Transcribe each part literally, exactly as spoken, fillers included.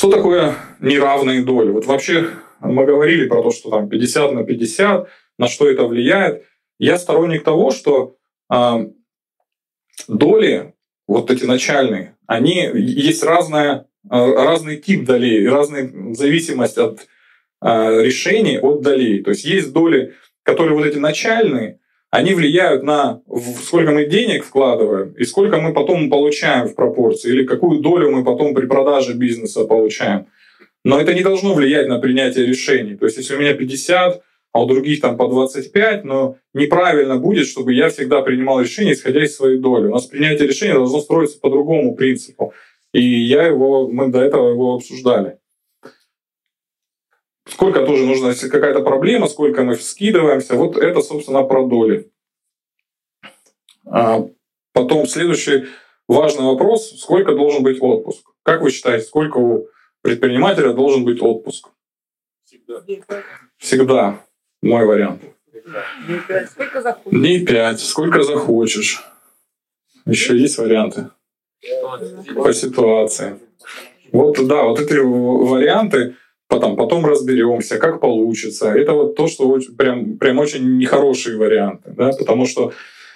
Что такое неравные доли? Вот вообще мы говорили про то, что там пятьдесят на пятьдесят, на что это влияет. Я сторонник того, что э, доли, вот эти начальные, они есть разная, разный тип долей, разная зависимость от э, решений от долей. То есть есть доли, которые вот эти начальные, они влияют на сколько мы денег вкладываем и сколько мы потом получаем в пропорции, или какую долю мы потом при продаже бизнеса получаем. Но это не должно влиять на принятие решений. То есть если у меня пятьдесят, а у других там по двадцать пять, но неправильно будет, чтобы я всегда принимал решение, исходя из своей доли. У нас принятие решения должно строиться по другому принципу. И я его, мы до этого его обсуждали. Сколько тоже нужно, если какая-то проблема, сколько мы скидываемся, вот это, собственно, про доли. А потом следующий важный вопрос, сколько должен быть отпуск? Как вы считаете, сколько у предпринимателя должен быть отпуск? Всегда. Всегда. Мой вариант. Дней пять. Сколько захочешь? Дней пять. Сколько захочешь. Еще есть варианты? По ситуации. Вот, да, вот эти варианты, потом, потом разберемся, как получится. Это вот то, что прям, прям очень нехорошие варианты. Да? Потому что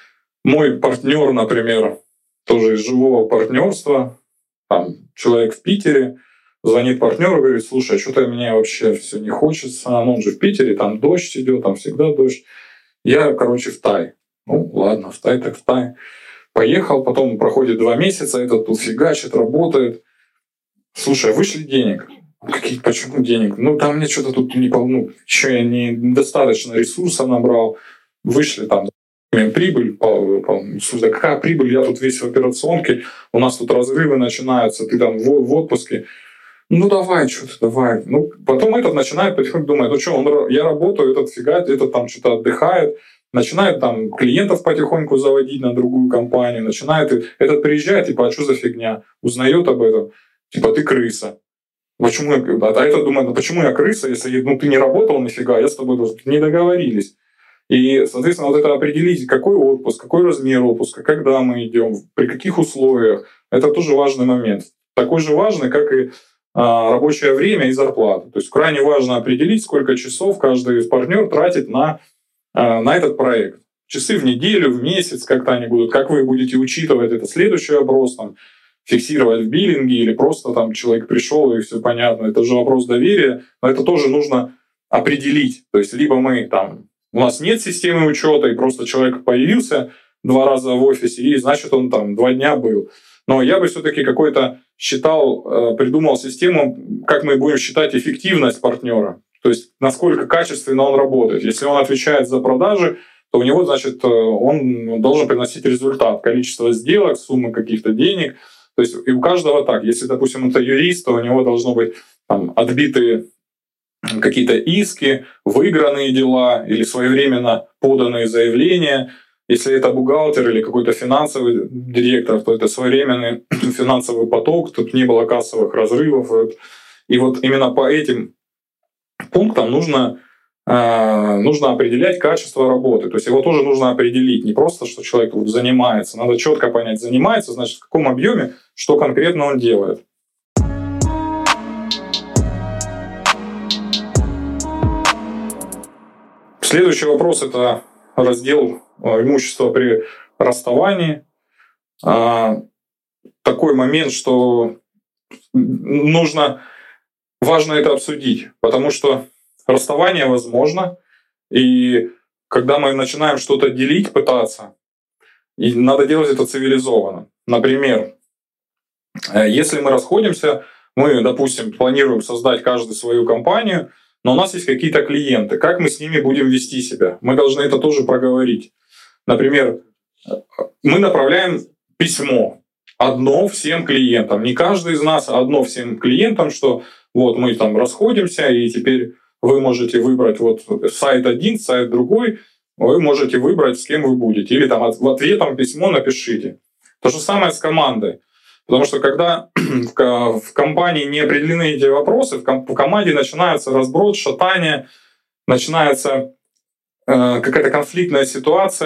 мой партнер, например, тоже из живого партнерства, там человек в Питере, звонит партнеру, говорит: слушай, а что-то мне вообще все не хочется. Ну, он же в Питере, там дождь идет, там всегда дождь. Я, короче, в Тай. Ну, ладно, в Тай так в Тай. Поехал, потом проходит два месяца, этот тут фигачит, работает. Слушай, а вышли денег? Какие, почему денег? Ну, там мне что-то тут не полно. Ну, что я недостаточно ресурсов набрал. Вышли там прибыль. Слушай, какая прибыль? Я тут весь в операционке. У нас тут разрывы начинаются. Ты там в, в отпуске. Ну, давай, что-то, давай. Ну, потом этот начинает потихоньку думать: ну, что, он, я работаю, этот фигает, этот там что-то отдыхает. Начинает там клиентов потихоньку заводить на другую компанию. Начинает, этот приезжает, типа, а что за фигня? Узнает об этом. Типа, ты крыса. Почему я, а этот думает: ну, почему я крыса, если ну, ты не работал нифига, я с тобой не договорились. И, соответственно, вот это определить, какой отпуск, какой размер отпуска, когда мы идем, при каких условиях, это тоже важный момент. Такой же важный, как и а, рабочее время и зарплата. То есть крайне важно определить, сколько часов каждый партнер тратит на, а, на этот проект. Часы в неделю, в месяц, как-то они будут, как вы будете учитывать это следующий опрос, там, фиксировать в биллинге, или просто там человек пришел и все понятно. Это же вопрос доверия, но это тоже нужно определить. То есть либо мы там, у нас нет системы учета, и просто человек появился два раза в офисе, и значит он там два дня был. Но я бы все-таки какой-то считал, придумал систему, как мы будем считать эффективность партнера. То есть насколько качественно он работает. Если он отвечает за продажи, то у него, значит, он должен приносить результат, количество сделок, суммы каких-то денег. То есть и у каждого так. Если, допустим, это юрист, то у него должно быть там отбитые какие-то иски, выигранные дела или своевременно поданные заявления. Если это бухгалтер или какой-то финансовый директор, то это своевременный финансовый поток, тут не было кассовых разрывов. И вот именно по этим пунктам нужно, э, нужно определять качество работы. То есть его тоже нужно определить. Не просто, что человек вот занимается. Надо четко понять, занимается, значит, в каком объеме, что конкретно он делает. Следующий вопрос — это раздел имущества при расставании. Такой момент, что нужно, важно это обсудить, потому что расставание возможно, и когда мы начинаем что-то делить, пытаться, и надо делать это цивилизованно. Например, если мы расходимся, мы, допустим, планируем создать каждый свою компанию, но у нас есть какие-то клиенты. Как мы с ними будем вести себя? Мы должны это тоже проговорить. Например, мы направляем письмо одно всем клиентам. Не каждый из нас, а одно всем клиентам, что вот мы там расходимся, и теперь вы можете выбрать вот сайт один, сайт другой, вы можете выбрать, с кем вы будете. Или там в ответном письмо напишите. То же самое с командой. Потому что когда в компании не определены эти вопросы, в команде начинается разброд, шатание, начинается какая-то конфликтная ситуация,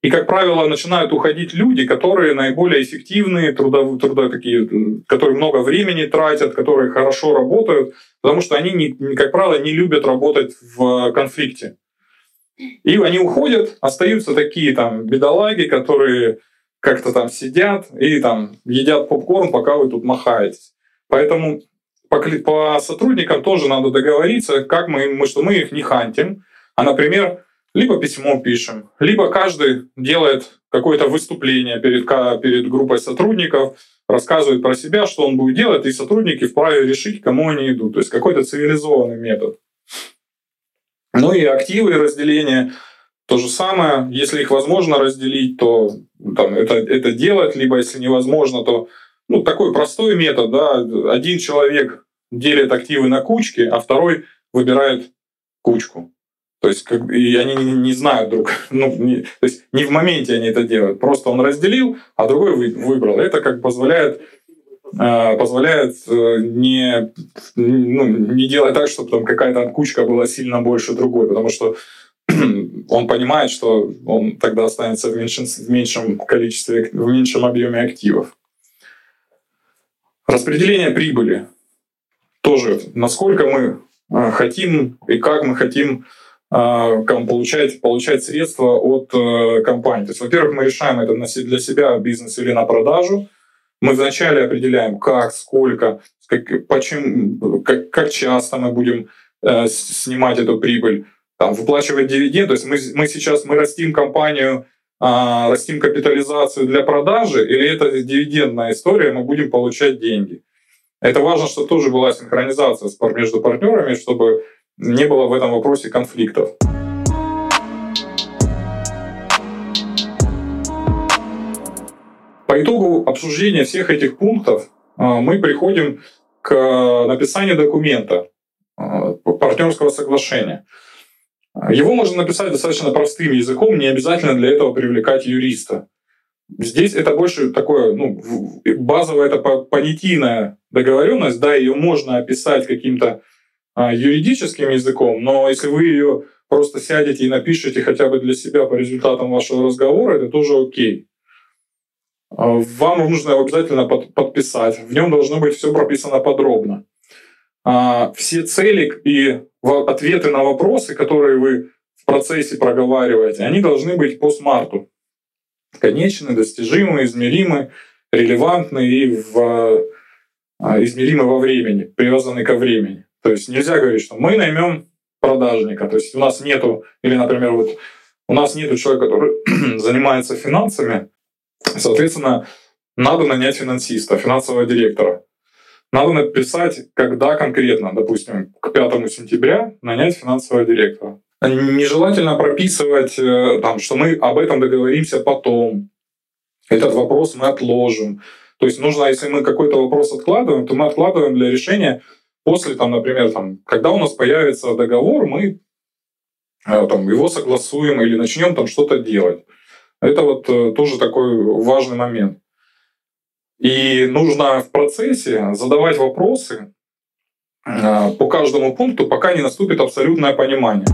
И, как правило, начинают уходить люди, которые наиболее эффективные, трудовые, труда такие, которые много времени тратят, которые хорошо работают, потому что они, не, как правило, не любят работать в конфликте. И они уходят, остаются такие там бедолаги, которые как-то там сидят и там едят попкорн, пока вы тут махаетесь. Поэтому по, по сотрудникам тоже надо договориться, как мы, мы, что мы их не хантим, а, например, либо письмо пишем, либо каждый делает какое-то выступление перед, перед группой сотрудников, рассказывает про себя, что он будет делать, и сотрудники вправе решить, к кому они идут. То есть какой-то цивилизованный метод. Ну и активы и разделение то же самое. Если их возможно разделить, то там, это, это делать, либо если невозможно, то ну, такой простой метод. Да, один человек делит активы на кучки, а второй выбирает кучку. То есть как, и они не, не знают друг, ну, не, то есть не в моменте они это делают. Просто он разделил, а другой вы, выбрал. Это как позволяет, э, позволяет э, не, ну, не делать так, чтобы там какая-то кучка была сильно больше другой, потому что он понимает, что он тогда останется в, меньшин, в меньшем количестве, в меньшем объеме активов. Распределение прибыли. Тоже, насколько мы э, хотим и как мы хотим Получать, получать средства от э, компании. То есть, во-первых, мы решаем это для себя, бизнес или на продажу. Мы вначале определяем, как, сколько, как, почему, как, как часто мы будем э, снимать эту прибыль, там, выплачивать дивиденд. То есть мы, мы сейчас мы растим компанию, э, растим капитализацию для продажи, или это дивидендная история, мы будем получать деньги. Это важно, чтобы тоже была синхронизация между партнерами, чтобы не было в этом вопросе конфликтов. По итогу обсуждения всех этих пунктов мы приходим к написанию документа, партнерского соглашения. Его можно написать достаточно простым языком, не обязательно для этого привлекать юриста. Здесь это больше такое, ну, базовая, это понятийная договоренность, да, ее можно описать каким-то юридическим языком, но если вы ее просто сядете и напишете хотя бы для себя по результатам вашего разговора, это тоже окей. Вам нужно обязательно подписать. В нем должно быть все прописано подробно. Все цели и ответы на вопросы, которые вы в процессе проговариваете, они должны быть по смарту. Конечны, достижимы, измеримы, релевантны и в, измеримы во времени, привязаны ко времени. То есть нельзя говорить, что мы наймем продажника. То есть у нас нету, или, например, вот у нас нету человека, который занимается финансами, соответственно, надо нанять финансиста, финансового директора. Надо написать, когда конкретно, допустим, к пятому сентября нанять финансового директора. Нежелательно прописывать, там, что мы об этом договоримся потом. Этот вопрос мы отложим. То есть нужно, если мы какой-то вопрос откладываем, то мы откладываем для решения после, там, например, там, когда у нас появится договор, мы там, его согласуем или начнем там что-то делать. Это вот тоже такой важный момент. И нужно в процессе задавать вопросы по каждому пункту, пока не наступит абсолютное понимание.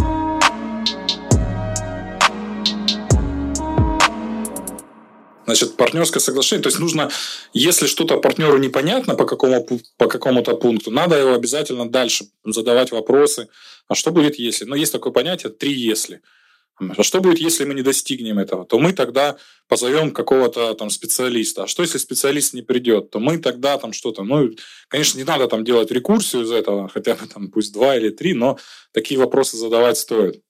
Значит, партнерское соглашение, то есть нужно, если что-то партнеру непонятно по, какому, по какому-то пункту, надо его обязательно дальше задавать вопросы. А что будет, если? Ну, есть такое понятие «три если». А что будет, если мы не достигнем этого? То мы тогда позовем какого-то там специалиста. А что, если специалист не придет? То мы тогда там что-то... Ну, конечно, не надо там делать рекурсию из этого, хотя бы там пусть два или три, но такие вопросы задавать стоит.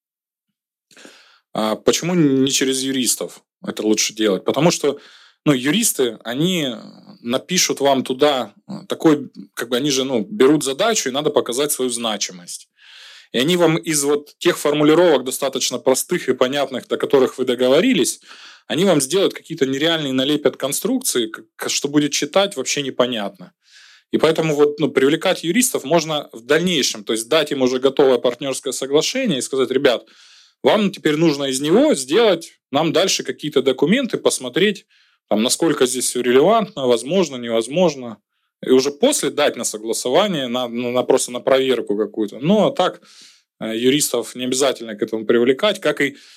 А почему не через юристов это лучше делать? Потому что ну, юристы, они напишут вам туда такой... Как бы они же ну, берут задачу, и надо показать свою значимость. И они вам из вот тех формулировок достаточно простых и понятных, до которых вы договорились, они вам сделают какие-то нереальные, налепят конструкции, что будет читать вообще непонятно. И поэтому вот, ну, привлекать юристов можно в дальнейшем, то есть дать им уже готовое партнерское соглашение и сказать: ребят, вам теперь нужно из него сделать нам дальше какие-то документы, посмотреть, там, насколько здесь все релевантно, возможно, невозможно. И уже после дать на согласование, на, на, просто на проверку какую-то. Ну, а так юристов не обязательно к этому привлекать, как и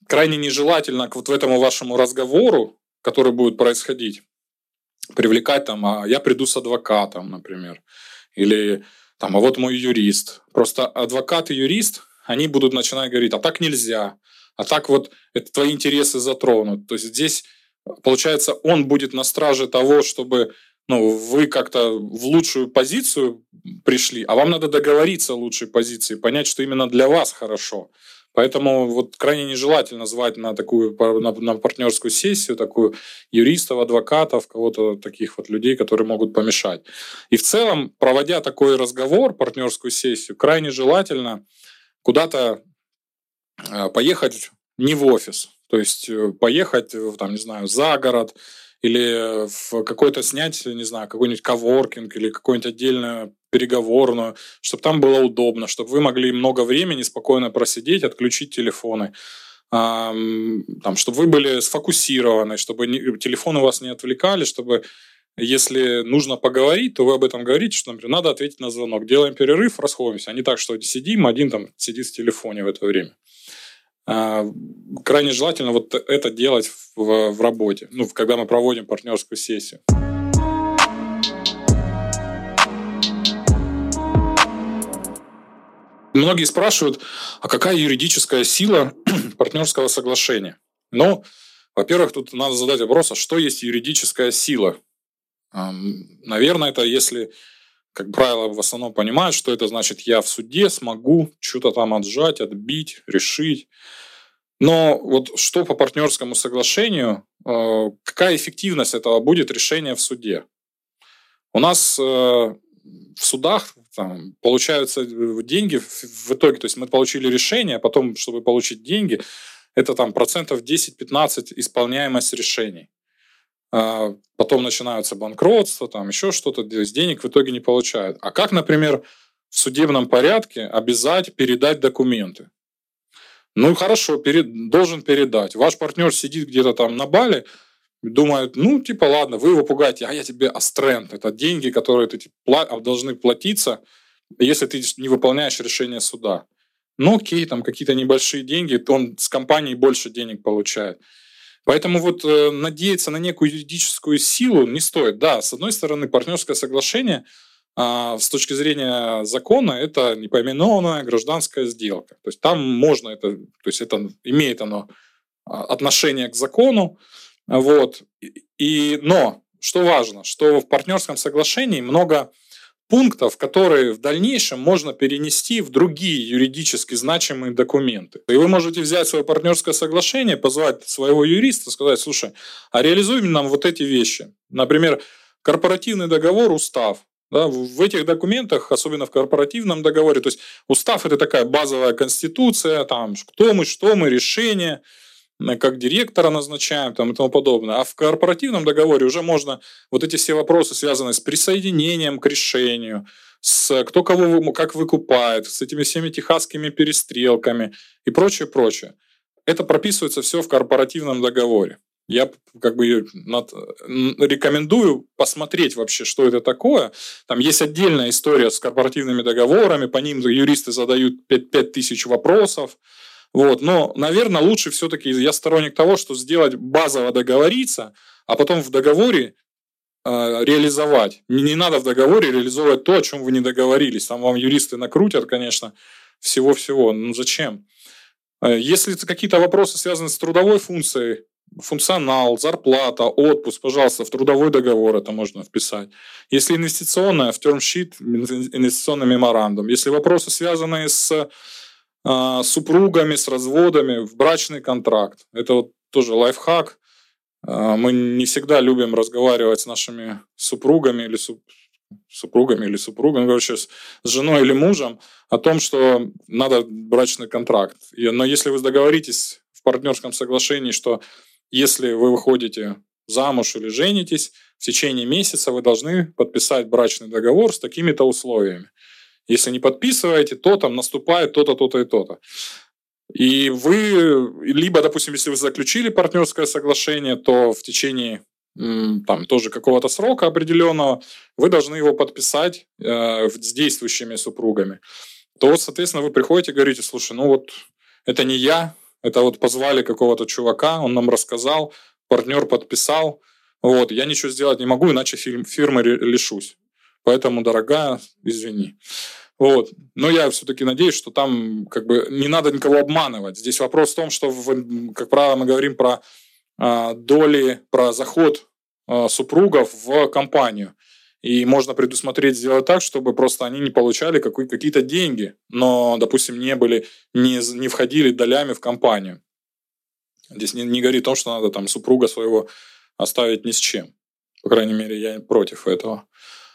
крайне нежелательно к вот этому вашему разговору, который будет происходить, привлекать там, а я приду с адвокатом, например, или там, а вот мой юрист. Просто адвокат и юрист, они будут начинать говорить, а так нельзя, а так вот это твои интересы затронут. То есть здесь, получается, он будет на страже того, чтобы ну, вы как-то в лучшую позицию пришли, а вам надо договориться о лучшей позиции, понять, что именно для вас хорошо. Поэтому вот крайне нежелательно звать на такую на, на партнерскую сессию такую юристов, адвокатов, кого-то таких вот людей, которые могут помешать. И в целом, проводя такой разговор, партнерскую сессию, крайне желательно куда-то поехать не в офис, то есть поехать, там, не знаю, за город или в какой-то снять, не знаю, какой-нибудь коворкинг или какую-нибудь отдельную переговорную, чтобы там было удобно, чтобы вы могли много времени спокойно просидеть, отключить телефоны, там, чтобы вы были сфокусированы, чтобы телефоны вас не отвлекали, чтобы если нужно поговорить, то вы об этом говорите, что, например, надо ответить на звонок. Делаем перерыв, расходимся. А не так, что сидим, один там сидит в телефоне в это время. Крайне желательно вот это делать в, в работе, ну, когда мы проводим партнерскую сессию. Многие спрашивают, а какая юридическая сила партнерского соглашения? Ну, во-первых, тут надо задать вопрос, а что есть юридическая сила? Наверное, это если, как правило, в основном понимают, что это значит, я в суде смогу что-то там отжать, отбить, решить. Но вот что по партнерскому соглашению, какая эффективность этого будет решения в суде? У нас в судах там, получаются деньги в итоге, то есть мы получили решение, а потом, чтобы получить деньги, это там процентов десять-пятнадцать исполняемость решений. Потом начинаются банкротства, там еще что-то, денег в итоге не получают. А как, например, в судебном порядке обязать передать документы? Ну хорошо, перед, должен передать. Ваш партнер сидит где-то там на Бали, думает, ну типа ладно, вы его пугаете, а я тебе астрент. Это деньги, которые ты должны платиться, если ты не выполняешь решение суда. Ну окей, там какие-то небольшие деньги, то он с компанией больше денег получает. Поэтому вот э, надеяться на некую юридическую силу не стоит. Да, с одной стороны, партнерское соглашение э, с точки зрения закона это непоименованная гражданская сделка. То есть там можно это, то есть это имеет оно отношение к закону. Вот. И, но что важно, что в партнерском соглашении много пунктов, которые в дальнейшем можно перенести в другие юридически значимые документы. И вы можете взять свое партнерское соглашение, позвать своего юриста, сказать, слушай, а реализуй нам вот эти вещи. Например, корпоративный договор, устав. Да, в этих документах, особенно в корпоративном договоре, то есть устав – это такая базовая конституция, там, кто мы, что мы, решение, как директора назначаем там, и тому подобное. А в корпоративном договоре уже можно вот эти все вопросы, связанные с присоединением к решению, с кто кого как выкупает, с этими всеми техасскими перестрелками и прочее, прочее. Это прописывается все в корпоративном договоре. Я как бы над, рекомендую посмотреть вообще, что это такое. Там есть отдельная история с корпоративными договорами, по ним юристы задают пять тысяч вопросов. Вот. Но, наверное, лучше все-таки я сторонник того, что сделать базово договориться, а потом в договоре э, реализовать. Не, не надо в договоре реализовывать то, о чем вы не договорились. Там вам юристы накрутят, конечно, всего-всего. Ну зачем? Если какие-то вопросы связаны с трудовой функцией, функционал, зарплата, отпуск, пожалуйста, в трудовой договор это можно вписать. Если инвестиционная, в термшит, инвестиционный меморандум. Если вопросы, связанные с э, супругами, с разводами, в брачный контракт. Это вот тоже лайфхак. Э, мы не всегда любим разговаривать с нашими супругами или суп, супругами или супругами, короче, с женой или мужем о том, что надо брачный контракт. Но если вы договоритесь в партнерском соглашении, что если вы выходите замуж или женитесь, в течение месяца вы должны подписать брачный договор с такими-то условиями. Если не подписываете, то там наступает то-то, то-то и то-то. И вы, либо, допустим, если вы заключили партнерское соглашение, то в течение там, тоже какого-то срока определенного вы должны его подписать э, с действующими супругами. То, соответственно, вы приходите и говорите, слушай, ну вот это не я, Это вот позвали какого-то чувака, он нам рассказал, партнер подписал. Вот, я ничего сделать не могу, иначе фирмы лишусь. Поэтому, дорогая, извини. Вот. Но я все-таки надеюсь, что там как бы не надо никого обманывать. Здесь вопрос в том, что, как правило, мы говорим про э, доли, про заход э, супругов в компанию. И можно предусмотреть, сделать так, чтобы просто они не получали какой- какие-то деньги, но, допустим, не, были, не, не входили долями в компанию. Здесь не, не говорит о том, что надо там супруга своего оставить ни с чем. По крайней мере, я против этого.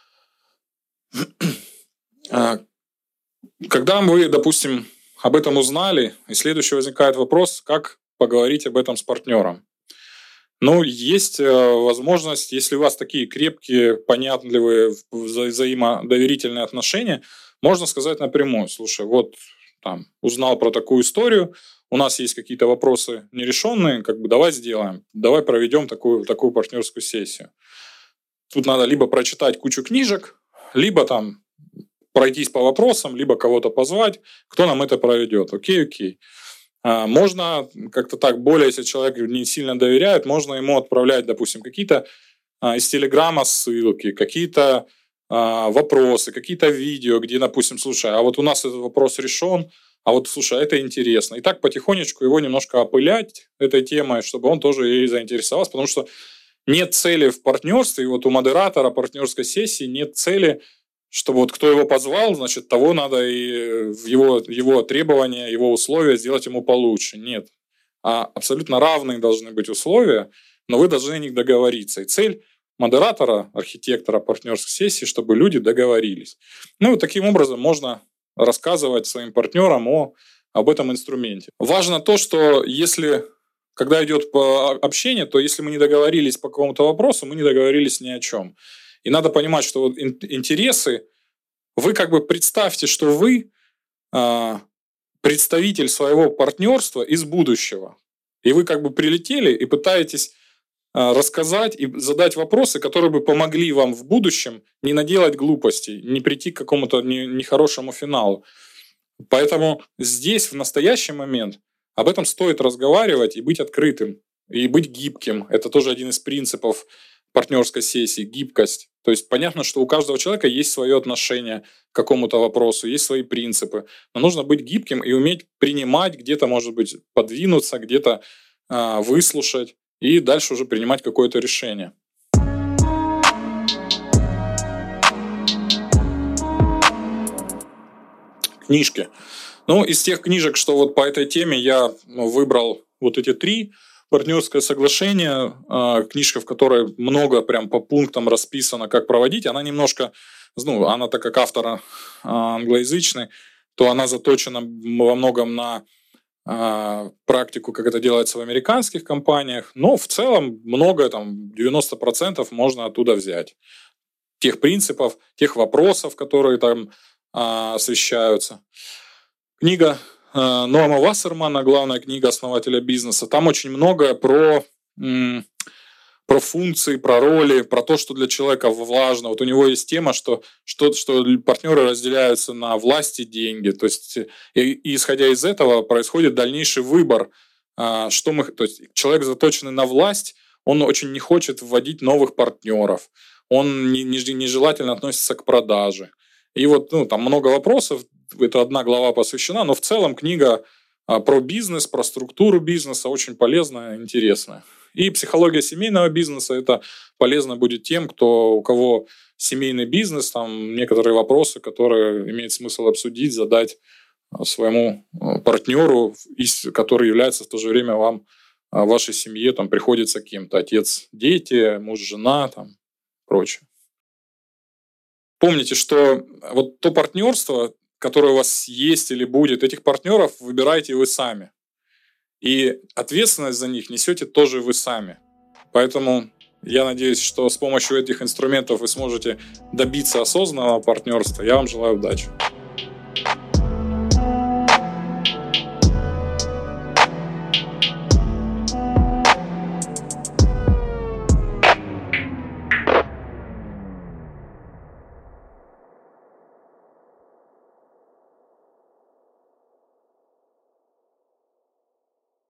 Когда вы, допустим, об этом узнали, и следующий возникает вопрос, как поговорить об этом с партнером. Ну, есть возможность, если у вас такие крепкие, понятливые, вза- взаимодоверительные отношения, можно сказать напрямую: слушай, вот там узнал про такую историю, у нас есть какие-то вопросы нерешенные, как бы давай сделаем, давай проведем такую, такую партнерскую сессию. Тут надо либо прочитать кучу книжек, либо там пройтись по вопросам, либо кого-то позвать, кто нам это проведет. Окей, окей. А, Можно как-то так, более, если человек не сильно доверяет, можно ему отправлять, допустим, какие-то а, из Телеграма ссылки, какие-то а, вопросы, какие-то видео, где, допустим, слушай, а вот у нас этот вопрос решен, а вот, слушай, это интересно. И так потихонечку его немножко опылять этой темой, чтобы он тоже ей заинтересовался, потому что нет цели в партнерстве, и вот у модератора партнерской сессии нет цели, чтобы вот кто его позвал, значит, того надо и в его, его требования, его условия сделать ему получше. Нет. А абсолютно равные должны быть условия, но вы должны о них договориться. И цель модератора, архитектора партнерской сессии, чтобы люди договорились. Ну, вот таким образом можно рассказывать своим партнерам о, об этом инструменте. Важно то, что если, когда идет общение, то если мы не договорились по какому-то вопросу, мы не договорились ни о чем. И надо понимать, что вот интересы, вы как бы представьте, что вы э, представитель своего партнерства из будущего. И вы как бы прилетели и пытаетесь э, рассказать и задать вопросы, которые бы помогли вам в будущем не наделать глупостей, не прийти к какому-то не- нехорошему финалу. Поэтому здесь, в настоящий момент, об этом стоит разговаривать и быть открытым, и быть гибким. Это тоже один из принципов партнерской сессии, гибкость. То есть понятно, что у каждого человека есть свое отношение к какому-то вопросу, есть свои принципы. Но нужно быть гибким и уметь принимать, где-то, может быть, подвинуться, где-то э, выслушать и дальше уже принимать какое-то решение. Книжки. Ну, из тех книжек, что вот по этой теме я ну, выбрал вот эти три. Партнерское соглашение, книжка, в которой много прям по пунктам расписано, как проводить, она немножко, ну, она так как автор англоязычный, то она заточена во многом на практику, как это делается в американских компаниях, но в целом многое, там, девяносто процентов можно оттуда взять. Тех принципов, тех вопросов, которые там освещаются. Книга Ноама Вассермана, главная книга основателя бизнеса. Там очень много про, про функции, про роли, про то, что для человека важно. Вот у него есть тема, что, что, что партнеры разделяются на власть и деньги. То есть, и, и исходя из этого происходит дальнейший выбор. Что мы, то есть человек, заточенный на власть, он очень не хочет вводить новых партнеров. Он не, не, нежелательно относится к продаже. И вот ну, там много вопросов. Это одна глава посвящена, но в целом книга про бизнес, про структуру бизнеса очень полезная, интересная. И психология семейного бизнеса, это полезно будет тем, кто, у кого семейный бизнес, там некоторые вопросы, которые имеет смысл обсудить, задать своему партнеру, который является в то же время вам, в вашей семье, там приходится кем-то, отец, дети, муж, жена, там, прочее. Помните, что вот то партнерство, которое у вас есть или будет, этих партнеров выбираете вы сами. И ответственность за них несете тоже вы сами. Поэтому я надеюсь, что с помощью этих инструментов вы сможете добиться осознанного партнерства. Я вам желаю удачи.